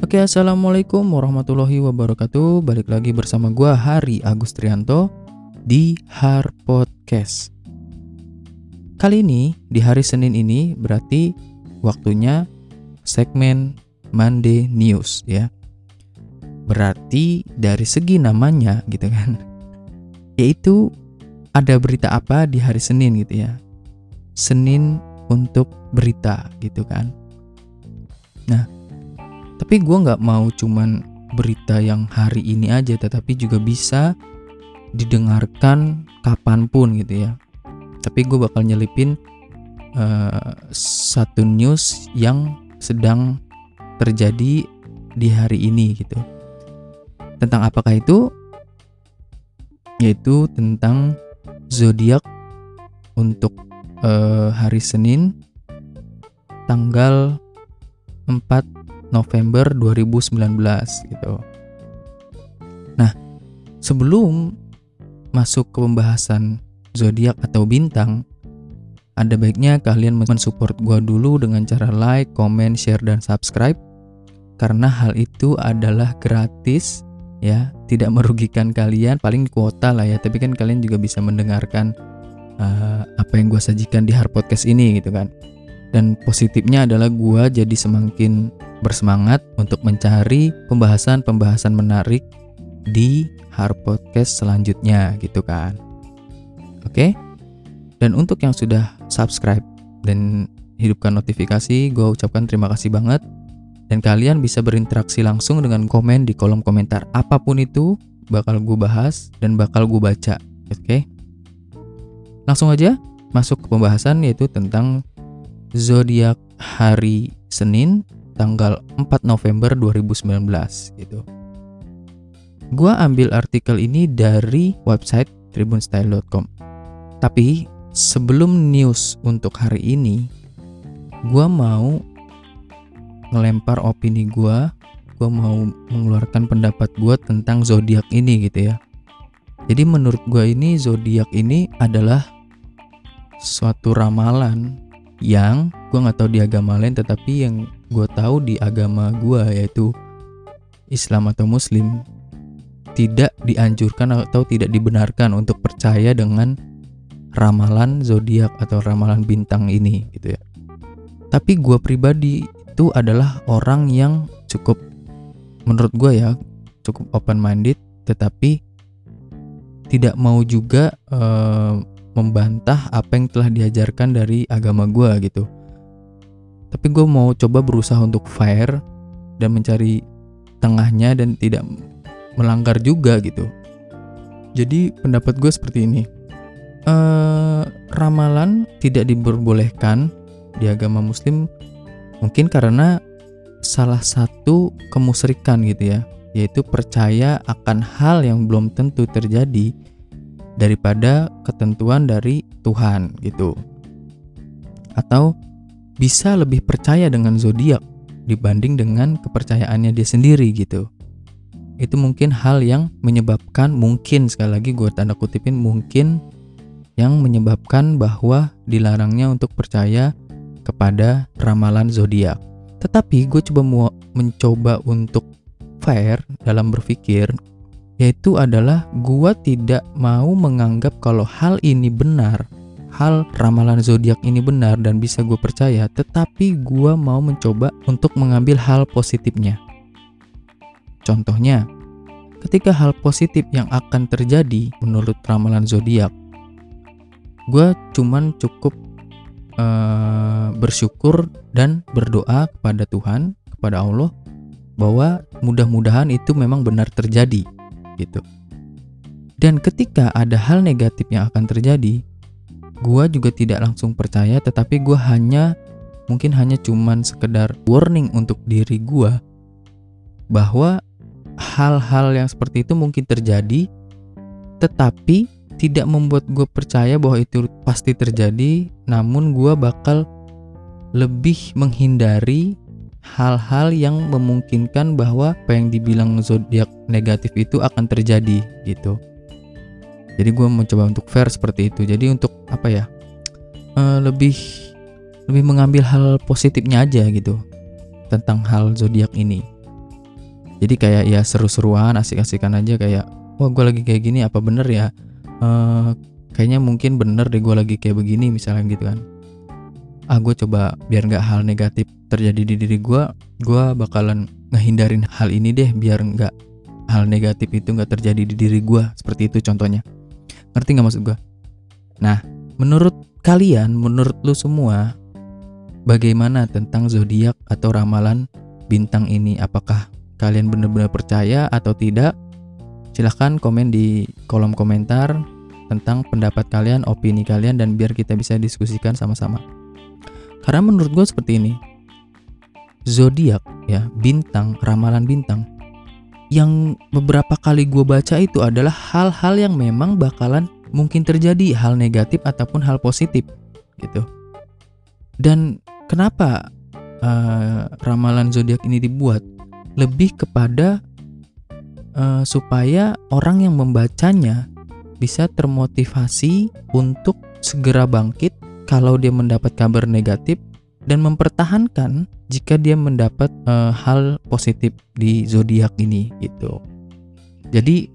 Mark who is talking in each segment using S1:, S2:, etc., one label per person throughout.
S1: Oke, assalamualaikum warahmatullahi wabarakatuh. Balik lagi bersama gua Hari Agustrianto di Har Podcast. Kali ini di hari Senin ini berarti waktunya segmen Monday News ya. Berarti dari segi namanya gitu kan, yaitu ada berita apa di hari Senin gitu ya. Senin untuk berita gitu kan. Nah, tapi gue gak mau cuman berita yang hari ini aja, tetapi juga bisa didengarkan kapanpun gitu ya. Tapi gue bakal nyelipin satu news yang sedang terjadi di hari ini gitu. Tentang apakah itu? Yaitu tentang zodiak untuk hari Senin tanggal 4 November 2019 gitu. Nah, sebelum masuk ke pembahasan zodiak atau bintang, ada baiknya kalian mensupport gua dulu dengan cara like, comment, share, dan subscribe. Karena hal itu adalah gratis ya, tidak merugikan kalian, paling kuota lah ya, tapi kan kalian juga bisa mendengarkan apa yang gua sajikan di Har Podcast ini gitu kan. Dan positifnya adalah gua jadi semakin bersemangat untuk mencari pembahasan-pembahasan menarik di Har Podcast selanjutnya gitu kan. Oke? Dan untuk yang sudah subscribe dan hidupkan notifikasi, gue ucapkan terima kasih banget. Dan kalian bisa berinteraksi langsung dengan komen di kolom komentar. Apapun itu bakal gue bahas dan bakal gue baca. Oke? Langsung aja masuk ke pembahasan, yaitu tentang zodiak hari Senin tanggal 4 November 2019 gitu. Gua ambil artikel ini dari website tribunstyle.com. Tapi sebelum news untuk hari ini, gua mau ngelempar opini gua mau mengeluarkan pendapat gua tentang zodiak ini gitu ya. Jadi menurut gua ini zodiak ini adalah suatu ramalan yang gue nggak tahu di agama lain, tetapi yang gue tahu di agama gue yaitu Islam atau Muslim, tidak dianjurkan atau tidak dibenarkan untuk percaya dengan ramalan zodiak atau ramalan bintang ini gitu ya. Tapi gue pribadi itu adalah orang yang cukup, menurut gue ya, cukup open minded, tetapi tidak mau juga membantah apa yang telah diajarkan dari agama gue gitu. Tapi gue mau coba berusaha untuk fair dan mencari tengahnya dan tidak melanggar juga gitu. Jadi pendapat gue seperti ini. Ramalan tidak diperbolehkan di agama Muslim mungkin karena salah satu kemusyrikan gitu ya, yaitu percaya akan hal yang belum tentu terjadi daripada ketentuan dari Tuhan gitu. Atau bisa lebih percaya dengan zodiak dibanding dengan kepercayaannya dia sendiri gitu. Itu mungkin hal yang menyebabkan, mungkin sekali lagi gue tanda kutipin mungkin, yang menyebabkan bahwa dilarangnya untuk percaya kepada ramalan zodiak. Tetapi gue mencoba untuk fair dalam berpikir, yaitu adalah gua tidak mau menganggap kalau hal ini benar, hal ramalan zodiak ini benar dan bisa gue percaya, tetapi gua mau mencoba untuk mengambil hal positifnya. Contohnya, ketika hal positif yang akan terjadi menurut ramalan zodiak, gua cukup bersyukur dan berdoa kepada Tuhan, kepada Allah, bahwa mudah-mudahan itu memang benar terjadi gitu. Dan ketika ada hal negatif yang akan terjadi, gua juga tidak langsung percaya, tetapi gua mungkin hanya cuman sekedar warning untuk diri gua bahwa hal-hal yang seperti itu mungkin terjadi, tetapi tidak membuat gue percaya bahwa itu pasti terjadi. Namun gue bakal lebih menghindari hal-hal yang memungkinkan bahwa apa yang dibilang zodiak negatif itu akan terjadi gitu. Jadi gue mencoba untuk fair seperti itu. Jadi untuk lebih mengambil hal positifnya aja gitu tentang hal zodiak ini. Jadi kayak ya seru-seruan, asik-asikan aja kayak, wah gue lagi kayak gini apa bener ya? Kayaknya mungkin bener deh gue lagi kayak begini misalnya gitu kan. Gue coba biar nggak hal negatif terjadi di diri gue bakalan ngehindarin hal ini deh biar nggak hal negatif itu nggak terjadi di diri gue. Seperti itu contohnya. Ngerti nggak maksud gue? Nah, menurut kalian, menurut lu semua, bagaimana tentang zodiak atau ramalan bintang ini? Apakah kalian benar-benar percaya atau tidak? Silahkan komen di kolom komentar tentang pendapat kalian, opini kalian, dan biar kita bisa diskusikan sama-sama. Karena menurut gue seperti ini, zodiak ya, bintang, ramalan bintang, yang beberapa kali gue baca itu adalah hal-hal yang memang bakalan mungkin terjadi, hal negatif ataupun hal positif gitu. Dan kenapa ramalan zodiak ini dibuat? Lebih kepada supaya orang yang membacanya bisa termotivasi untuk segera bangkit kalau dia mendapat kabar negatif dan mempertahankan jika dia mendapat hal positif di zodiak ini gitu. Jadi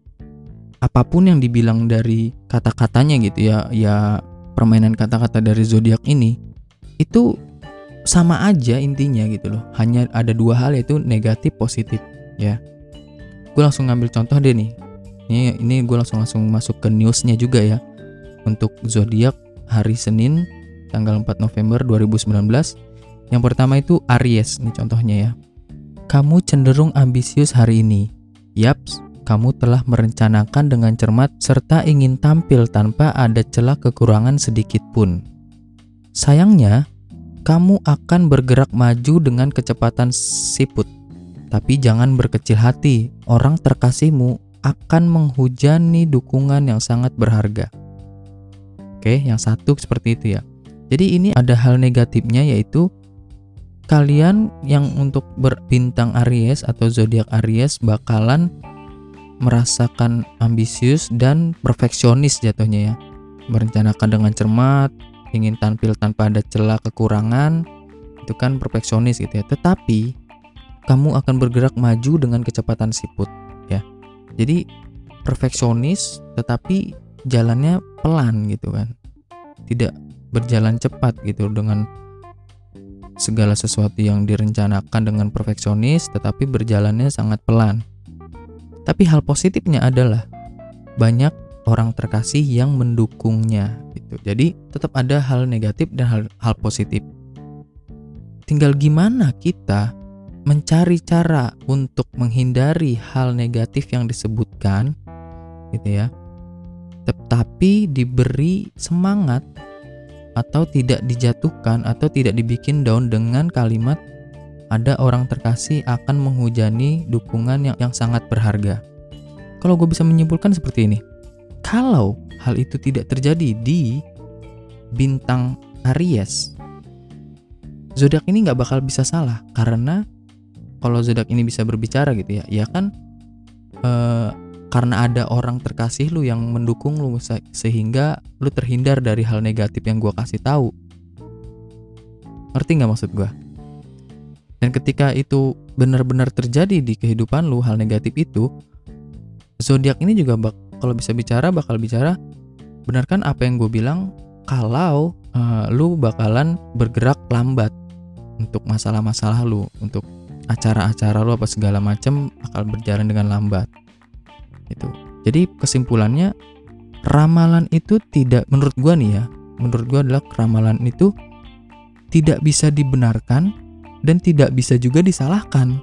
S1: apapun yang dibilang dari kata-katanya gitu ya permainan kata-kata dari zodiak ini itu sama aja intinya gitu loh. Hanya ada dua hal, yaitu negatif positif ya. Gue langsung ngambil contoh deh nih. Ini gue langsung masuk ke newsnya juga ya. Untuk zodiak hari Senin tanggal 4 November 2019. Yang pertama itu Aries, nih contohnya ya. Kamu cenderung ambisius hari ini. Yaps, kamu telah merencanakan dengan cermat serta ingin tampil tanpa ada celah kekurangan sedikit pun. Sayangnya, kamu akan bergerak maju dengan kecepatan siput. Tapi jangan berkecil hati, orang terkasihmu akan menghujani dukungan yang sangat berharga. Oke, yang satu seperti itu ya. Jadi ini ada hal negatifnya, yaitu kalian yang untuk berbintang Aries atau zodiak Aries bakalan merasakan ambisius dan perfeksionis jatuhnya ya. Merencanakan dengan cermat, ingin tampil tanpa ada celah kekurangan, itu kan perfeksionis gitu ya. Tetapi kamu akan bergerak maju dengan kecepatan siput ya. Jadi perfeksionis tetapi jalannya pelan gitu kan. Tidak berjalan cepat gitu dengan segala sesuatu yang direncanakan dengan perfeksionis tetapi berjalannya sangat pelan. Tapi hal positifnya adalah banyak orang terkasih yang mendukungnya gitu. Jadi tetap ada hal negatif dan hal positif. Tinggal gimana kita mencari cara untuk menghindari hal negatif yang disebutkan gitu ya. Tetapi diberi semangat atau tidak dijatuhkan atau tidak dibikin down dengan kalimat ada orang terkasih akan menghujani dukungan yang sangat berharga. Kalau gue bisa menyimpulkan seperti ini. Kalau hal itu tidak terjadi di bintang Aries, zodiak ini nggak bakal bisa salah. Karena kalau zodiak ini bisa berbicara gitu ya kan karena ada orang terkasih lu yang mendukung lu sehingga lu terhindar dari hal negatif yang gue kasih tahu. Ngerti nggak maksud gue? Dan ketika itu benar-benar terjadi di kehidupan lu, hal negatif itu, zodiak ini juga kalau bisa bakal bicara, benarkan apa yang gue bilang kalau lu bakalan bergerak lambat untuk masalah-masalah lu, untuk acara-acara lu apa segala macam bakal berjalan dengan lambat. Itu. Jadi kesimpulannya, ramalan itu tidak, menurut gue nih ya, menurut gue adalah ramalan itu tidak bisa dibenarkan dan tidak bisa juga disalahkan.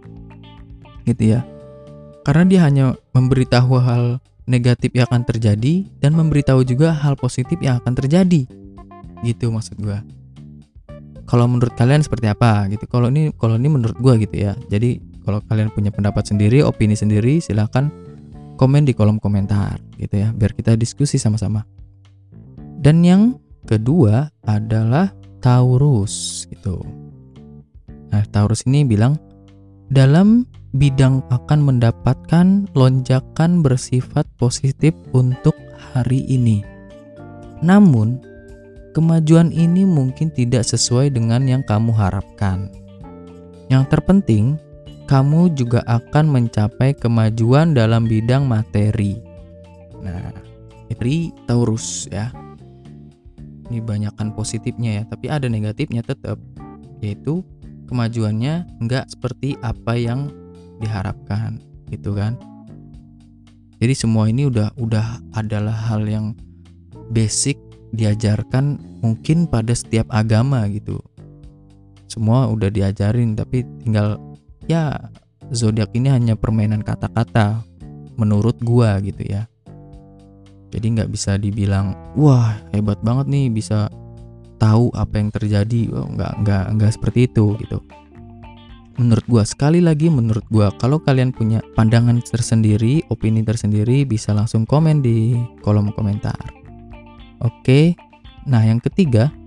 S1: Gitu ya. Karena dia hanya memberitahu hal negatif yang akan terjadi dan memberitahu juga hal positif yang akan terjadi. Gitu maksud gue. Kalau menurut kalian seperti apa gitu? Kalau ini menurut gue gitu ya. Jadi kalau kalian punya pendapat sendiri, opini sendiri, silakan komen di kolom komentar gitu ya, biar kita diskusi sama-sama. Dan yang kedua adalah Taurus gitu. Nah, Taurus ini bilang dalam bidang akan mendapatkan lonjakan bersifat positif untuk hari ini. Namun, kemajuan ini mungkin tidak sesuai dengan yang kamu harapkan. Yang terpenting, kamu juga akan mencapai kemajuan dalam bidang materi. Nah, ini Taurus ya. Ini banyakkan positifnya ya, tapi ada negatifnya tetap, yaitu kemajuannya nggak seperti apa yang diharapkan, gitu kan. Jadi semua ini udah adalah hal yang basic diajarkan mungkin pada setiap agama gitu. Semua udah diajarin, tapi tinggal ya zodiak ini hanya permainan kata-kata menurut gua gitu ya. Jadi nggak bisa dibilang wah hebat banget nih bisa tahu apa yang terjadi. Oh, nggak seperti itu gitu. Menurut gua, sekali lagi menurut gua, kalau kalian punya pandangan tersendiri, opini tersendiri, bisa langsung komen di kolom komentar. Oke. Nah, yang ketiga,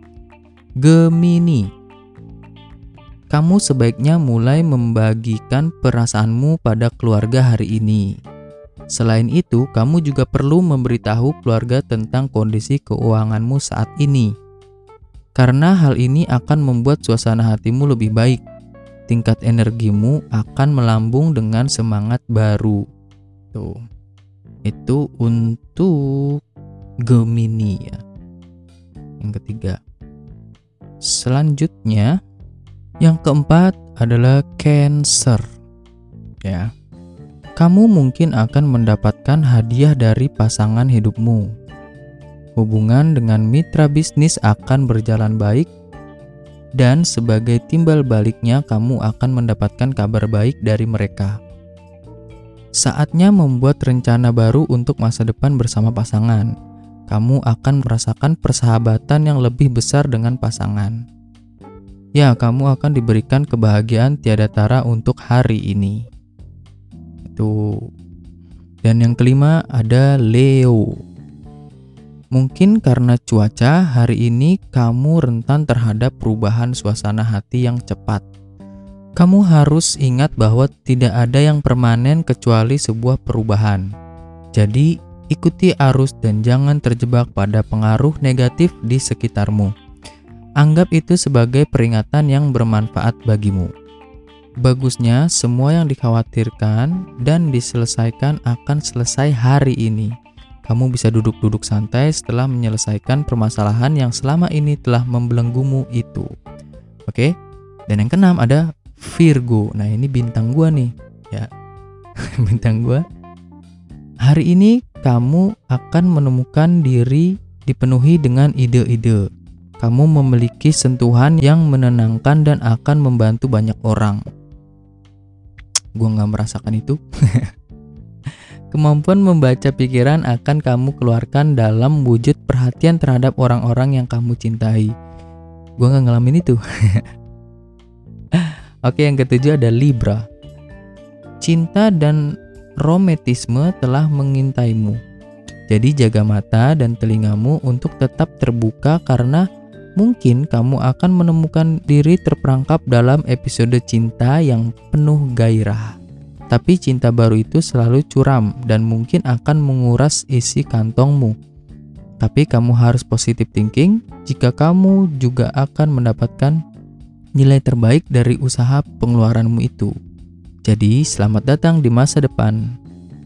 S1: Gemini. Kamu sebaiknya mulai membagikan perasaanmu pada keluarga hari ini. Selain itu, kamu juga perlu memberitahu keluarga tentang kondisi keuanganmu saat ini. Karena hal ini akan membuat suasana hatimu lebih baik. Tingkat energimu akan melambung dengan semangat baru. Tuh. Itu untuk Gemini ya. Yang ketiga. Selanjutnya, yang keempat adalah Cancer. Ya. Kamu mungkin akan mendapatkan hadiah dari pasangan hidupmu. Hubungan dengan mitra bisnis akan berjalan baik. Dan sebagai timbal baliknya kamu akan mendapatkan kabar baik dari mereka. Saatnya membuat rencana baru untuk masa depan bersama pasangan. Kamu akan merasakan persahabatan yang lebih besar dengan pasangan. Ya, kamu akan diberikan kebahagiaan tiada tara untuk hari ini. Itu. Dan yang kelima ada Leo. Mungkin karena cuaca, hari ini kamu rentan terhadap perubahan suasana hati yang cepat. Kamu harus ingat bahwa tidak ada yang permanen kecuali sebuah perubahan. Jadi, ikuti arus dan jangan terjebak pada pengaruh negatif di sekitarmu. Anggap itu sebagai peringatan yang bermanfaat bagimu. Bagusnya, semua yang dikhawatirkan dan diselesaikan akan selesai hari ini. Kamu bisa duduk-duduk santai setelah menyelesaikan permasalahan yang selama ini telah membelenggumu itu. Oke? Dan yang keenam ada Virgo. Nah, ini bintang gua nih. Ya. Bintang gua. Hari ini kamu akan menemukan diri dipenuhi dengan ide-ide. Kamu memiliki sentuhan yang menenangkan dan akan membantu banyak orang. Gua nggak merasakan itu. Kemampuan membaca pikiran akan kamu keluarkan dalam wujud perhatian terhadap orang-orang yang kamu cintai. Gua nggak ngalamin itu. Oke, yang ketujuh ada Libra. Cinta dan romantisme telah mengintaimu. Jadi jaga mata dan telingamu untuk tetap terbuka karena mungkin kamu akan menemukan diri terperangkap dalam episode cinta yang penuh gairah. Tapi cinta baru itu selalu curam dan mungkin akan menguras isi kantongmu. Tapi kamu harus positive thinking jika kamu juga akan mendapatkan nilai terbaik dari usaha pengeluaranmu itu. Jadi selamat datang di masa depan.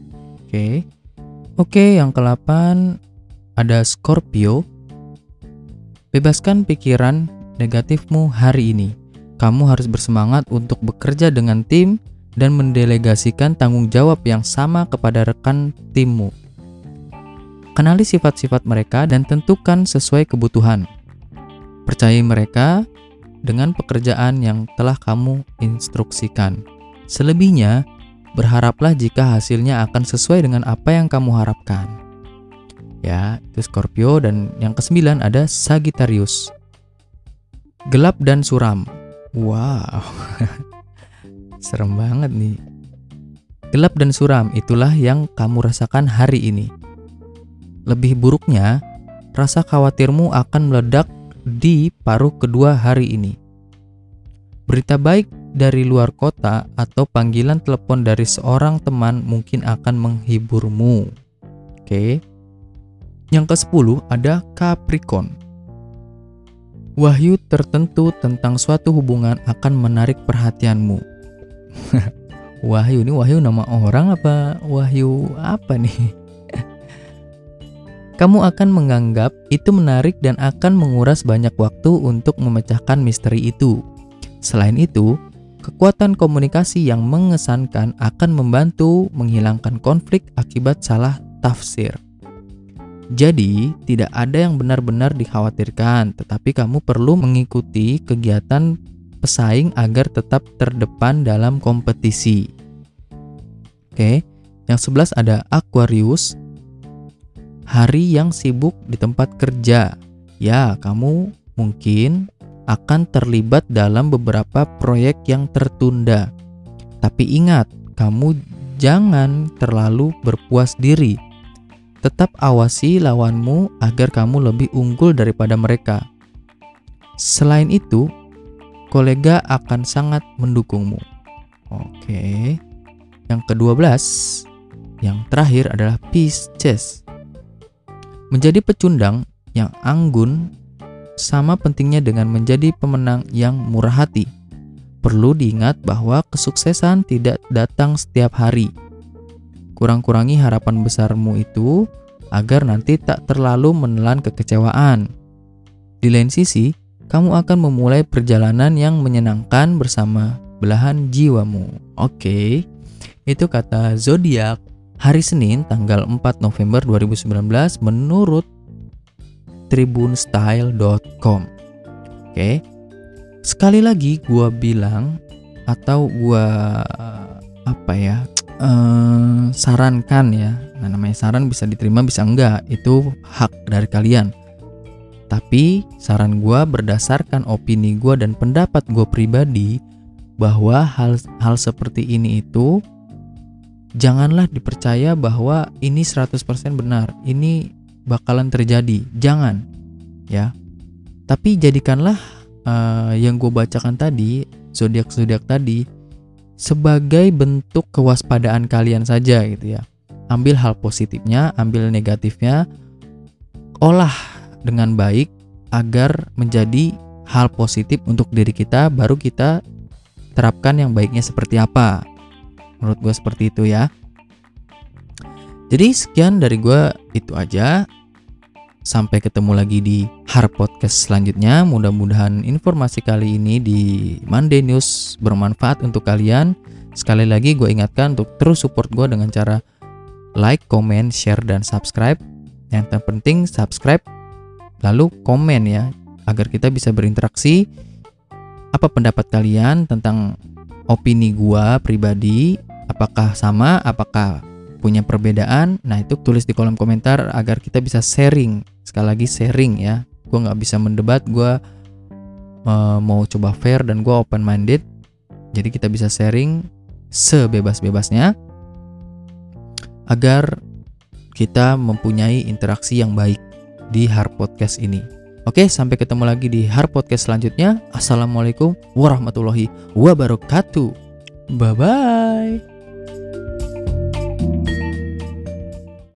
S1: Oke, yang ke-8 ada Scorpio. Bebaskan pikiran negatifmu hari ini. Kamu harus bersemangat untuk bekerja dengan tim dan mendelegasikan tanggung jawab yang sama kepada rekan timmu. Kenali sifat-sifat mereka dan tentukan sesuai kebutuhan. Percayai mereka dengan pekerjaan yang telah kamu instruksikan. Selebihnya, berharaplah jika hasilnya akan sesuai dengan apa yang kamu harapkan. Ya, itu Scorpio. Dan yang ke-9 ada Sagittarius. Gelap dan suram. Wow. Serem banget nih. Gelap dan suram itulah yang kamu rasakan hari ini. Lebih buruknya, rasa khawatirmu akan meledak di paruh kedua hari ini. Berita baik dari luar kota atau panggilan telepon dari seorang teman mungkin akan menghiburmu. Oke. Yang ke-10 ada Capricorn. Wahyu tertentu tentang suatu hubungan akan menarik perhatianmu. Wahyu, ini Wahyu nama orang apa Wahyu apa nih? Kamu akan menganggap itu menarik dan akan menguras banyak waktu untuk memecahkan misteri itu. Selain itu, kekuatan komunikasi yang mengesankan akan membantu menghilangkan konflik akibat salah tafsir. Jadi, tidak ada yang benar-benar dikhawatirkan, tetapi kamu perlu mengikuti kegiatan pesaing agar tetap terdepan dalam kompetisi. Oke, yang 11 ada Aquarius. Hari yang sibuk di tempat kerja. Ya, kamu mungkin akan terlibat dalam beberapa proyek yang tertunda. Tapi ingat, kamu jangan terlalu berpuas diri. Tetap awasi lawanmu agar kamu lebih unggul daripada mereka. Selain itu, kolega akan sangat mendukungmu. Oke. Yang ke-12, yang terakhir adalah Pisces. Menjadi pecundang yang anggun sama pentingnya dengan menjadi pemenang yang murah hati. Perlu diingat bahwa kesuksesan tidak datang setiap hari. Kurang-kurangi harapan besarmu itu agar nanti tak terlalu menelan kekecewaan. Di lain sisi, kamu akan memulai perjalanan yang menyenangkan bersama belahan jiwamu. Oke, itu kata zodiak hari Senin tanggal 4 November 2019 menurut tribunstyle.com. Oke. Sekali lagi gua bilang atau gua sarankan ya. Nah, namanya saran bisa diterima bisa enggak, itu hak dari kalian. Tapi saran gua berdasarkan opini gua dan pendapat gua pribadi bahwa hal seperti ini itu janganlah dipercaya bahwa ini 100% benar, ini bakalan terjadi. Jangan, ya. Tapi jadikanlah yang gue bacakan tadi, zodiak-zodiak tadi, sebagai bentuk kewaspadaan kalian saja gitu ya. Ambil hal positifnya, ambil negatifnya, olah dengan baik agar menjadi hal positif untuk diri kita, baru kita terapkan yang baiknya seperti apa. Menurut gue seperti itu ya. Jadi sekian dari gue, itu aja. Sampai ketemu lagi di Har Podcast selanjutnya. Mudah-mudahan informasi kali ini di Monday News bermanfaat untuk kalian. Sekali lagi gue ingatkan untuk terus support gue dengan cara like, comment, share, dan subscribe. Yang terpenting subscribe, lalu komen ya, agar kita bisa berinteraksi. Apa pendapat kalian tentang opini gua pribadi? Apakah sama? Apakah punya perbedaan? Nah, itu tulis di kolom komentar agar kita bisa sharing. Sekali lagi sharing ya. Gua nggak bisa mendebat, gua mau coba fair dan gua open minded. Jadi kita bisa sharing sebebas-bebasnya agar kita mempunyai interaksi yang baik di Har Podcast ini. Oke, sampai ketemu lagi di Har Podcast selanjutnya. Assalamualaikum warahmatullahi wabarakatuh. Bye-bye.